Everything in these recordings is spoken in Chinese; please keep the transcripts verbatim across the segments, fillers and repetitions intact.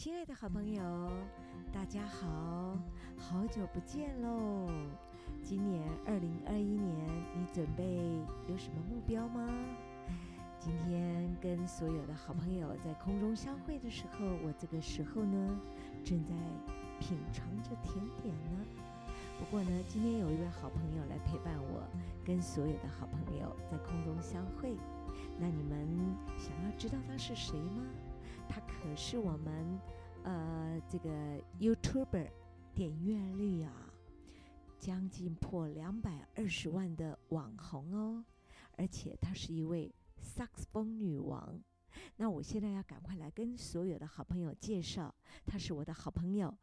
亲爱的好朋友，大家好，好久不见喽！今年二零二一年，你准备有什么目标吗？今天跟所有的好朋友在空中相会的时候，我这个时候呢，正在品尝着甜点呢。不过呢，今天有一位好朋友来陪伴我，跟所有的好朋友在空中相会。那你们想要知道他是谁吗？他可是我们呃这个 YouTuber 点阅率啊，将近破两百二十万的网红哦，而且她是一位萨克斯风女王。那我现在要赶快来跟所有的好朋友介绍，她是我的好朋友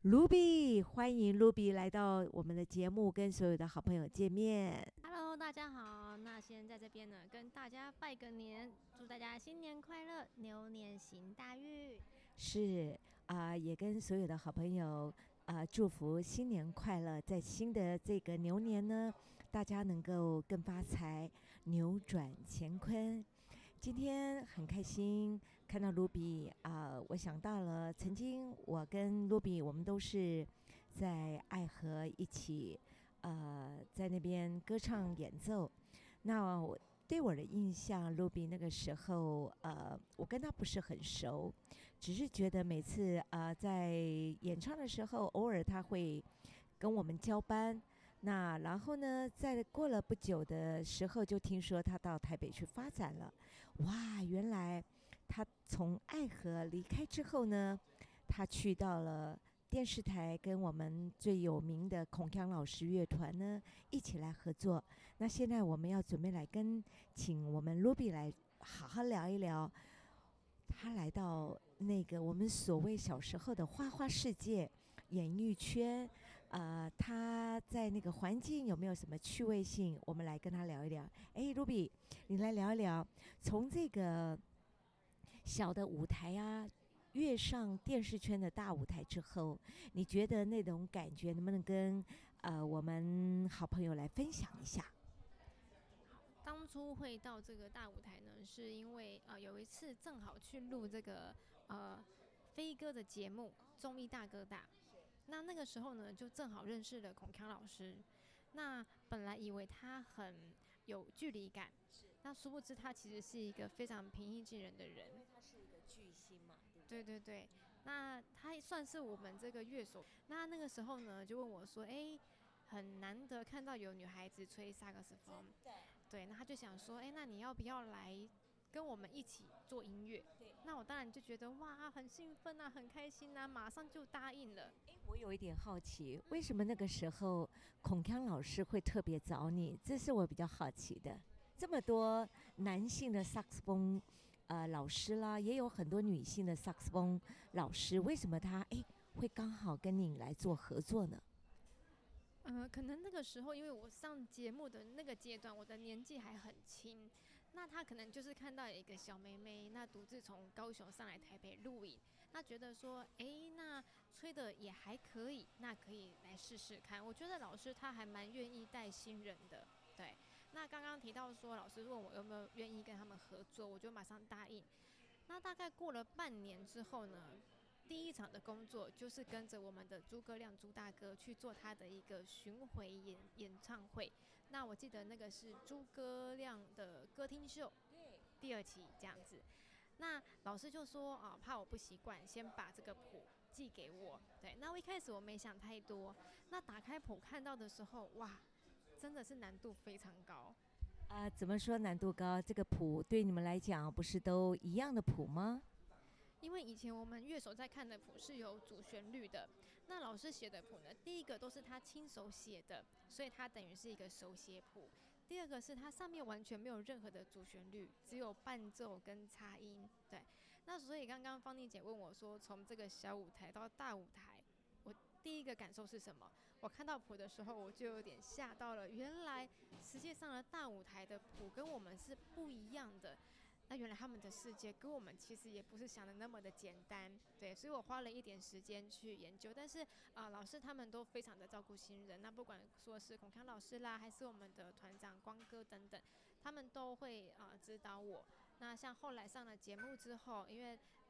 Ruby， 欢迎 Ruby 来到我们的节目，跟所有的好朋友见面。 Hello， 大家好。那先在这边呢，跟大家拜个年，祝大家新年快乐，牛年行大运。 是啊、呃，也跟所有的好朋友啊、呃、祝福新年快乐，在新的这个牛年呢，大家能够更发财，扭转乾坤。今天很开心看到 Ruby 啊、呃，我想到了曾经我跟 Ruby 我们都是在爱河一起呃在那边歌唱演奏。那我对我的印象 Ruby 那个时候呃我跟他不是很熟，只是觉得每次呃在演唱的时候偶尔他会跟我们交班。那然后呢，在过了不久的时候，就听说他到台北去发展了。哇，原来他从爱河离开之后呢，他去到了电视台，跟我们最有名的孔锵老师乐团呢一起来合作。那现在我们要准备来跟请我们 Ruby 来好好聊一聊，他来到那个我们所谓小时候的花花世界。演艺圈，呃，他在那个环境有没有什么趣味性？我们来跟他聊一聊。哎 ，Ruby， 你来聊一聊，从这个小的舞台啊，跃上电视圈的大舞台之后，你觉得那种感觉能不能跟呃我们好朋友来分享一下？ 当初会到这个大舞台呢，是因为呃有一次正好去录这个呃飞哥的节目《综艺大哥大》。那那个时候呢，就正好认识了孔锵老师。那本来以为他很有距离感，那殊不知他其实是一个非常平易近人的人。 因为他是一个巨星嘛，对不对对对，那他算是我们这个乐手。那那个时候呢，就问我说：“哎、欸，很难得看到有女孩子吹萨克斯风。”对，那他就想说：“哎、欸，那你要不要来？”跟我们一起做音乐，那我当然就觉得哇，很兴奋啊，很开心啊，马上就答应了。 哎，我有一点好奇，为什么那个时候孔锵老师会特别找你？这是我比较好奇的。这么多男性的萨克斯风呃老师啦，也有很多女性的萨克斯风老师，为什么他哎会刚好跟你来做合作呢？ 呃，可能那个时候，因为我上节目的那个阶段，我的年纪还很轻，那他可能就是看到一个小妹妹，那独自从高雄上来台北录影，那觉得说，哎，那吹的也还可以，那可以来试试看。我觉得老师他还蛮愿意带新人的，对。那刚刚提到说，老师问我有没有愿意跟他们合作，我就马上答应。那大概过了半年之后呢？第一场的工作就是跟着我们的诸葛亮朱大哥去做他的一个巡回演演唱会。那我记得那个是诸葛亮的歌厅秀第二期这样子。那老师就说啊，怕我不习惯，先把这个谱寄给我。对，那我一开始我没想太多。那打开谱看到的时候，哇，真的是难度非常高。 啊、呃，怎么说难度高？这个谱对你们来讲不是都一样的谱吗？ 因为以前我们乐手在看的谱是有主旋律的，那老师写的谱呢，第一个都是他亲手写的，所以他等于是一个手写谱。第二个是它上面完全没有任何的主旋律，只有伴奏跟插音。对，那所以刚刚芳妮姐问我说，从这个小舞台到大舞台，我第一个感受是什么？我看到谱的时候，我就有点吓到了，原来实际上的大舞台的谱跟我们是不一样的。那原来他们的世界跟我们其实也不是想的那么的简单，对，所以我花了一点时间去研究。但是啊、呃，老师他们都非常的照顾新人，那不管说是孔锵老师啦，还是我们的团长光哥等等，他们都会啊、呃、指导我。那像后来上了节目之后，因为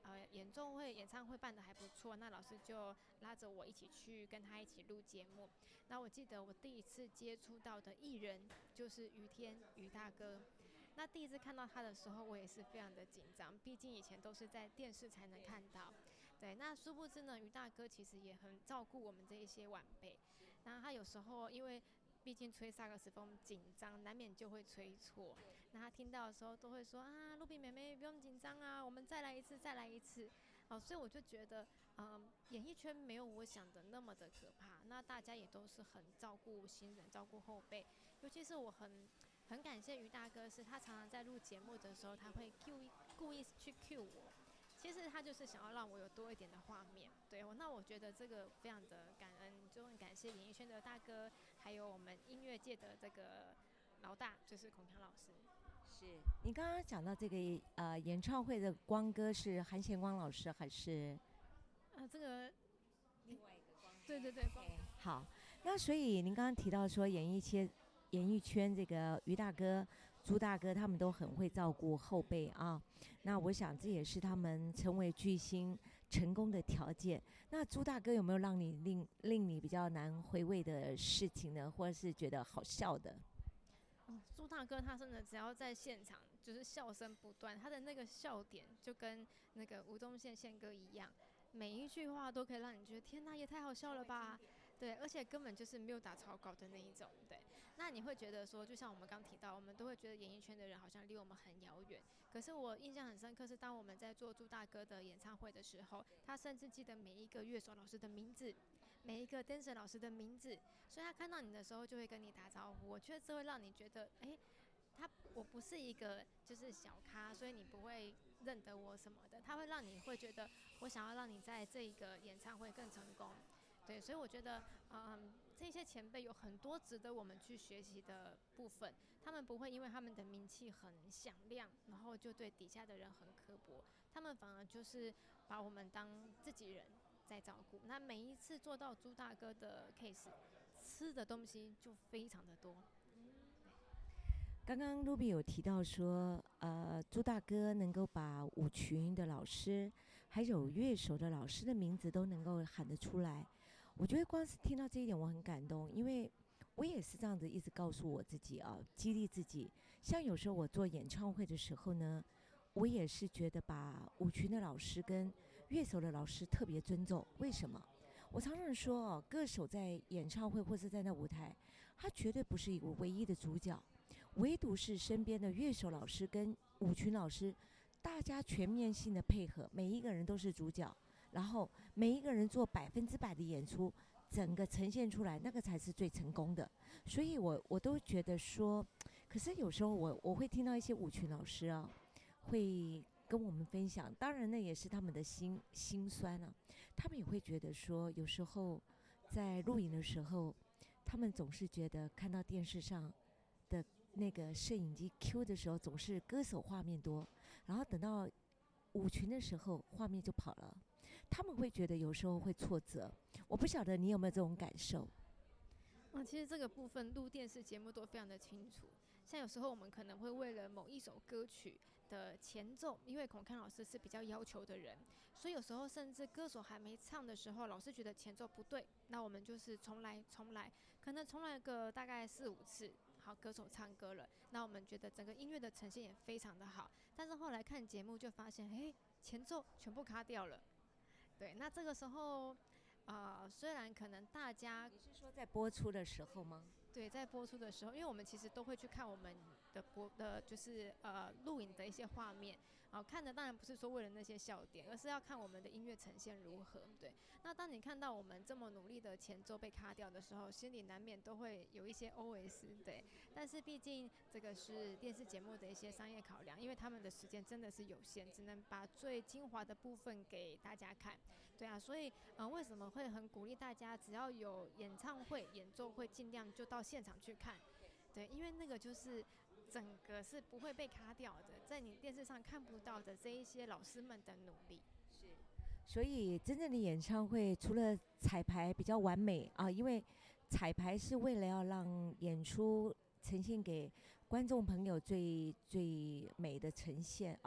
呃演奏会、演唱会办得还不错，那老师就拉着我一起去跟他一起录节目。那我记得我第一次接触到的艺人就是于天于大哥。那第一次看到他的时候，我也是非常的紧张，毕竟以前都是在电视才能看到。对，那殊不知呢，于大哥其实也很照顾我们这一些晚辈。那他有时候因为毕竟吹萨克斯风紧张，难免就会吹错。那他听到的时候都会说啊，露比妹妹不用紧张啊，我们再来一次，再来一次。哦，所以我就觉得，嗯，演艺圈没有我想的那么的可怕。那大家也都是很照顾新人，照顾后辈。尤其是我很很感谢于大哥，是他常常在录节目的时候，他会 Q 故意去 Q 我。其实他就是想要让我有多一点的画面，对，那我觉得这个非常的感恩，就很感谢演艺圈的大哥，还有我们音乐界的这个老大，就是孔锵老师。 是你刚刚讲到这个呃演唱会的光哥是韩贤光老师还是？ 啊，这个另外一个光， 对对对，光。 好，那所以您刚刚提到说演艺圈，演艺圈这个于大哥、朱大哥他们都很会照顾后辈啊。那我想这也是他们成为巨星成功的条件。那朱大哥有没有让你令令你比较难回味的事情呢？或者是觉得好笑的？ 哦，朱大哥他真的只要在现场，就是笑声不断，他的那个笑点就跟那个吴宗宪宪哥一样，每一句话都可以让你觉得天哪，也太好笑了吧。对，而且根本就是没有打草稿的那一种。对，那你会觉得说，就像我们刚提到，我们都会觉得演艺圈的人好像离我们很遥远。可是我印象很深刻，是当我们在做朱大哥的演唱会的时候，他甚至记得每一个乐手老师的名字，每一个 dancer 老师的名字，所以他看到你的时候就会跟你打招呼。我觉得这会让你觉得，哎，他我不是一个就是小咖，所以你不会认得我什么的。他会让你会觉得，我想要让你在这一个演唱会更成功。对，所以我觉得，嗯，这些前辈有很多值得我们去学习的部分。他们不会因为他们的名气很响亮，然后就对底下的人很刻薄。他们反而就是把我们当自己人在照顾。那每一次做到朱大哥的 case， 吃的东西就非常的多。 刚刚 Ruby 有提到说，呃，朱大哥能够把舞群的老师，还有乐手的老师的名字都能够喊得出来。我觉得光是听到这一点我很感动，因为我也是这样子一直告诉我自己啊，激励自己。像有时候我做演唱会的时候呢，我也是觉得把舞群的老师跟乐手的老师特别尊重。为什么？我常常说哦，歌手在演唱会或是在那舞台，他绝对不是一个唯一的主角，唯独是身边的乐手老师跟舞群老师，大家全面性的配合，每一个人都是主角。然后每一个人做百分之百的演出，整个呈现出来，那个才是最成功的。所以我我都觉得说，可是有时候我我会听到一些舞群老师啊，会跟我们分享，当然那也是他们的心心酸啊。他们也会觉得说，有时候在录影的时候，他们总是觉得看到电视上的那个摄影机 Q 的时候，总是歌手画面多，然后等到舞群的时候，画面就跑了。他们会觉得有时候会挫折，我不晓得你有没有这种感受？ 嗯，其实这个部分录电视节目都非常的清楚。像有时候我们可能会为了某一首歌曲的前奏，因为孔锵老师是比较要求的人，所以有时候甚至歌手还没唱的时候，老师觉得前奏不对，那我们就是重来重来，可能重来个大概四五次。好，歌手唱歌了，那我们觉得整个音乐的呈现也非常的好，但是后来看节目就发现，哎，前奏全部卡掉了。对，那这个时候，呃，虽然可能大家你是说在播出的时候吗？ 对在播出的时候，因为我们其实都会去看我们的播的，就是呃录影的一些画面，然后看的当然不是说为了那些笑点，而是要看我们的音乐呈现如何。对，那当你看到我们这么努力的前奏被卡掉的时候，心里难免都会有一些 O S。对，但是毕竟这个是电视节目的一些商业考量，因为他们的时间真的是有限，只能把最精华的部分给大家看。对啊，所以嗯、呃，为什么会很鼓励大家，只要有演唱会、演奏会，尽量就到现场去看。对，因为那个就是整个是不会被卡掉的，在你电视上看不到的这一些老师们的努力。 是，所以真正的演唱会除了彩排比较完美啊，因为彩排是为了要让演出呈现给观众朋友最最美的呈现啊。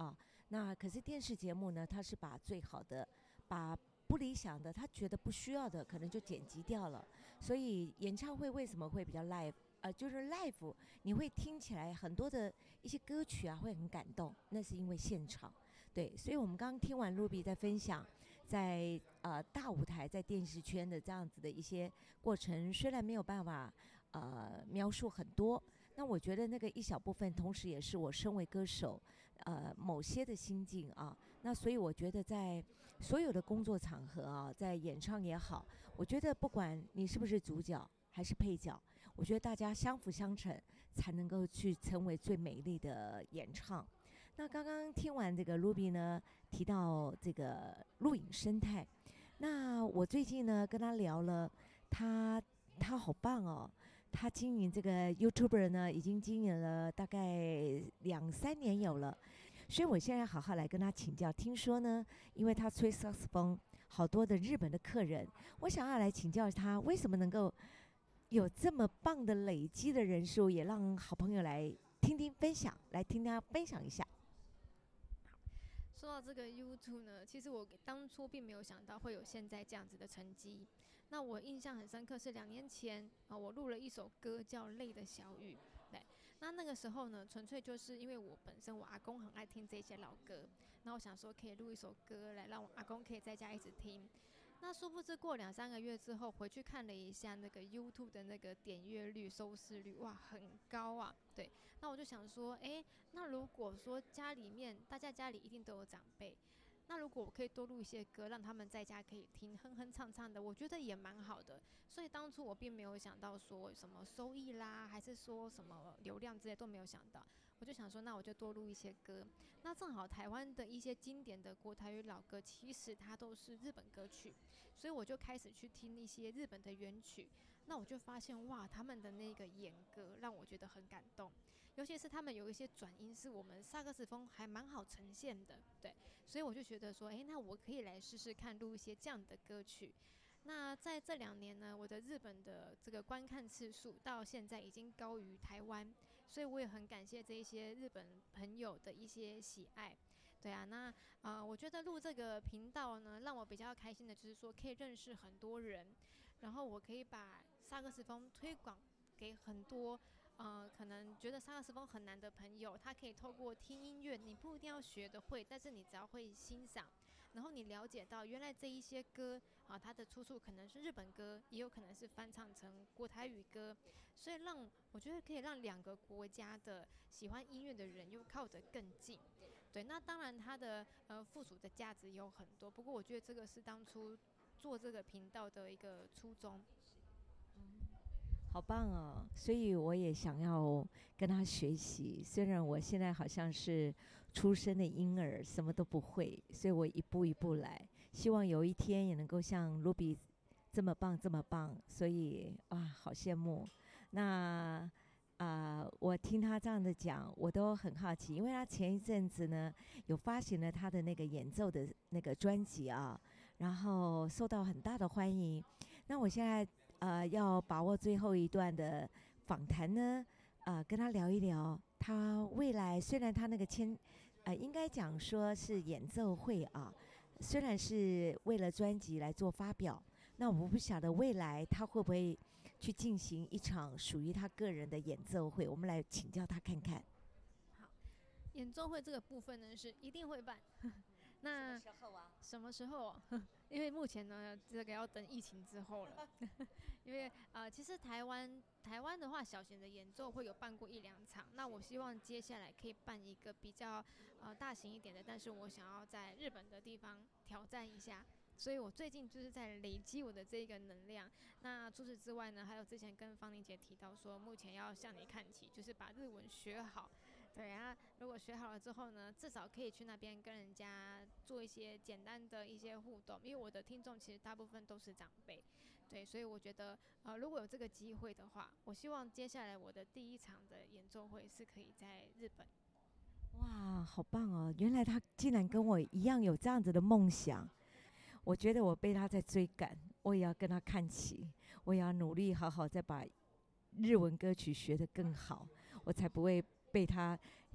那可是电视节目呢，它是把最好的，把不理想的，他觉得不需要的，可能就剪辑掉了。所以演唱会为什么会比较 live？呃，就是 live，你会听起来很多的一些歌曲啊，会很感动，那是因为现场。对，所以我们刚刚听完 Ruby 在分享，在呃大舞台在电视圈的这样子的一些过程，虽然没有办法呃描述很多，那我觉得那个一小部分，同时也是我身为歌手呃某些的心境啊。那所以我觉得在所有的工作场合啊，在演唱也好，我觉得不管你是不是主角还是配角，我觉得大家相辅相成，才能够去成为最美丽的演唱。那刚刚听完这个 Ruby 呢，提到这个录影生态，那我最近呢跟他聊了，他他好棒哦，他经营这个 YouTuber 呢，已经经营了大概两三年有了，所以我现在好好来跟他请教。听说呢，因为他吹萨克斯风，好多的日本的客人，我想要来请教他，为什么能够有这么棒的累积的人数，也让好朋友来听听分享，来听他分享一下。 说到这个 YouTube 呢，其实我当初并没有想到会有现在这样子的成绩。那我印象很深刻是两年前啊，我录了一首歌叫《泪的小雨》。对，那那个时候呢，纯粹就是因为我本身我阿公很爱听这些老歌，那我想说可以录一首歌来让我阿公可以在家一直听。那殊不知过两三个月之后，回去看了一下那个 YouTube 的那个点阅率、收视率，哇，很高啊！对，那我就想说，哎，那如果说家里面大家家里一定都有长辈，那如果我可以多录一些歌，让他们在家可以听哼哼唱唱的，我觉得也蛮好的。所以当初我并没有想到说什么收益啦，还是说什么流量之类都没有想到。我就想说，那我就多录一些歌。那正好台湾的一些经典的国台语老歌，其实它都是日本歌曲，所以我就开始去听一些日本的原曲。那我就发现，哇，他们的那个演歌让我觉得很感动，尤其是他们有一些转音是我们萨克斯风还蛮好呈现的，对，所以我就觉得说，哎，那我可以来试试看录一些这样的歌曲。那在这两年呢，我的日本的这个观看次数到现在已经高于台湾，所以我也很感谢这一些日本朋友的一些喜爱。对啊，那呃，我觉得录这个频道呢，让我比较开心的就是说可以认识很多人，然后我可以把萨克斯风推广给很多呃，可能觉得萨克斯风很难的朋友，他可以透过听音乐，你不一定要学得会，但是你只要会欣赏，然后你了解到原来这一些歌啊，它的出处可能是日本歌，也有可能是翻唱成国台语歌，所以让我觉得可以让两个国家的喜欢音乐的人又靠得更近。对，那当然它的呃附属的价值有很多，不过我觉得这个是当初做这个频道的一个初衷。 好棒哦！所以我也想要跟他学习。虽然我现在好像是出生的婴儿，什么都不会，所以我一步一步来。希望有一天也能够像 Ruby 这么棒，这么棒。所以啊，好羡慕。那啊、呃我听他这样的讲，我都很好奇，因为他前一阵子呢有发行了他的那个演奏的那个专辑啊，然后受到很大的欢迎。那我现在呃要把握最后一段的访谈呢，呃跟他聊一聊他未来，虽然他那个签呃应该讲说是演奏会啊，虽然是为了专辑来做发表，那我不晓得未来他会不会去进行一场属于他个人的演奏会，我们来请教他看看。 好，演奏会这个部分呢是一定会办。那什么时候啊？ 什么时候啊？因为目前呢，这个要等疫情之后了。因为呃，其实台湾台湾的话，小型的演奏会有办过一两场。那我希望接下来可以办一个比较呃大型一点的，但是我想要在日本的地方挑战一下。所以我最近就是在累积我的这个能量。那除此之外呢，还有之前跟方玲姐提到说，目前要向你看齐，就是把日文学好。对啊，如果学好了之后呢，至少可以去那边跟人家做一些简单的一些互动，因为我的听众其实大部分都是长辈，对，所以我觉得呃，如果有这个机会的话，我希望接下来我的第一场的演奏会是可以在日本。 哇，好棒哦！原来他竟然跟我一样有这样子的梦想。我觉得我被他在追赶，我也要跟他看齐，我也要努力好好再把日文歌曲学得更好，我才不会被他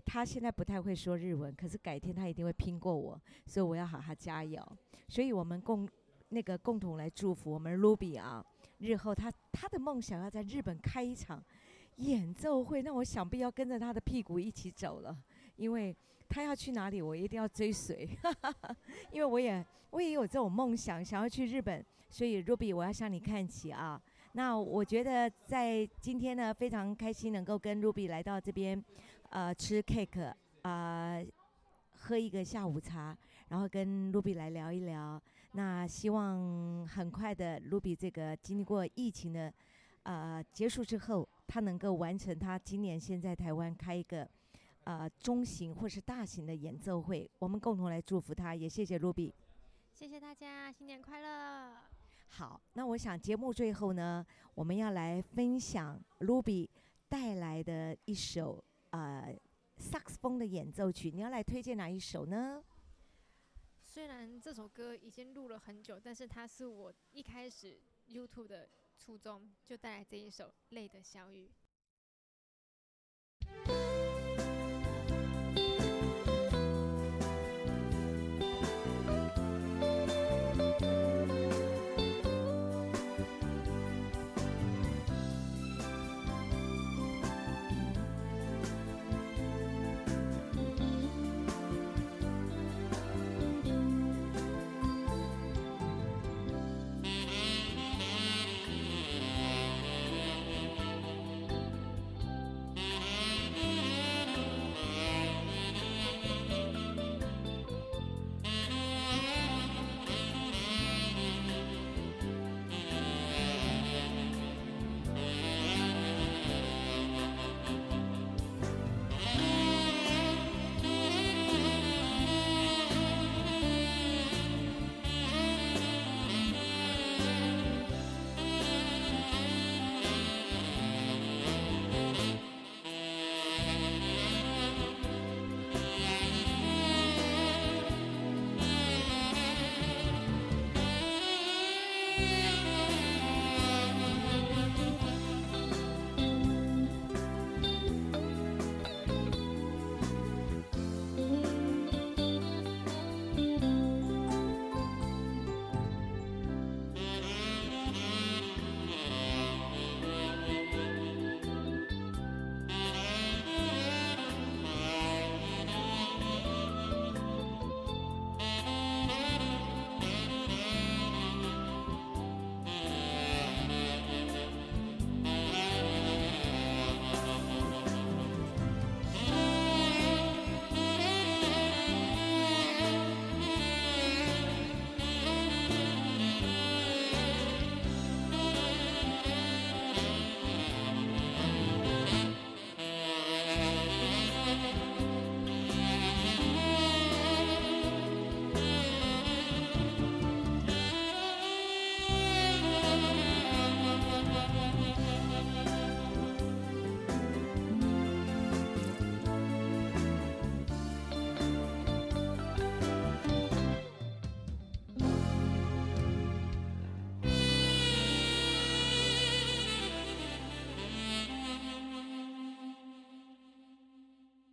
他现在不太会说日文，可是改天他一定会拼过我，所以我要好好加油。所以我们共那个共同来祝福我们 Ruby 啊，日后他他的梦想要在日本开一场演奏会，那我想必要跟着他的屁股一起走了，因为他要去哪里，我一定要追随，因为我也我也有这种梦想，想要去日本，所以 Ruby 我要向你看齐啊。那我觉得在今天呢，非常开心能够跟 Ruby 来到这边，呃，吃 cake 啊、呃，喝一个下午茶，然后跟 Ruby 来聊一聊。那希望很快的 Ruby 这个经历过疫情的呃结束之后，他能够完成他今年先在台湾开一个呃中型或是大型的演奏会，我们共同来祝福他，也谢谢 Ruby。 谢谢大家，新年快乐！ 好，那我想节目最后呢，我们要来分享 Ruby 带来的一首呃萨克斯风的演奏曲，你要来推荐哪一首呢？ 虽然这首歌已经录了很久，但是它是我一开始 YouTube 的初衷，就带来这一首《泪的小雨》。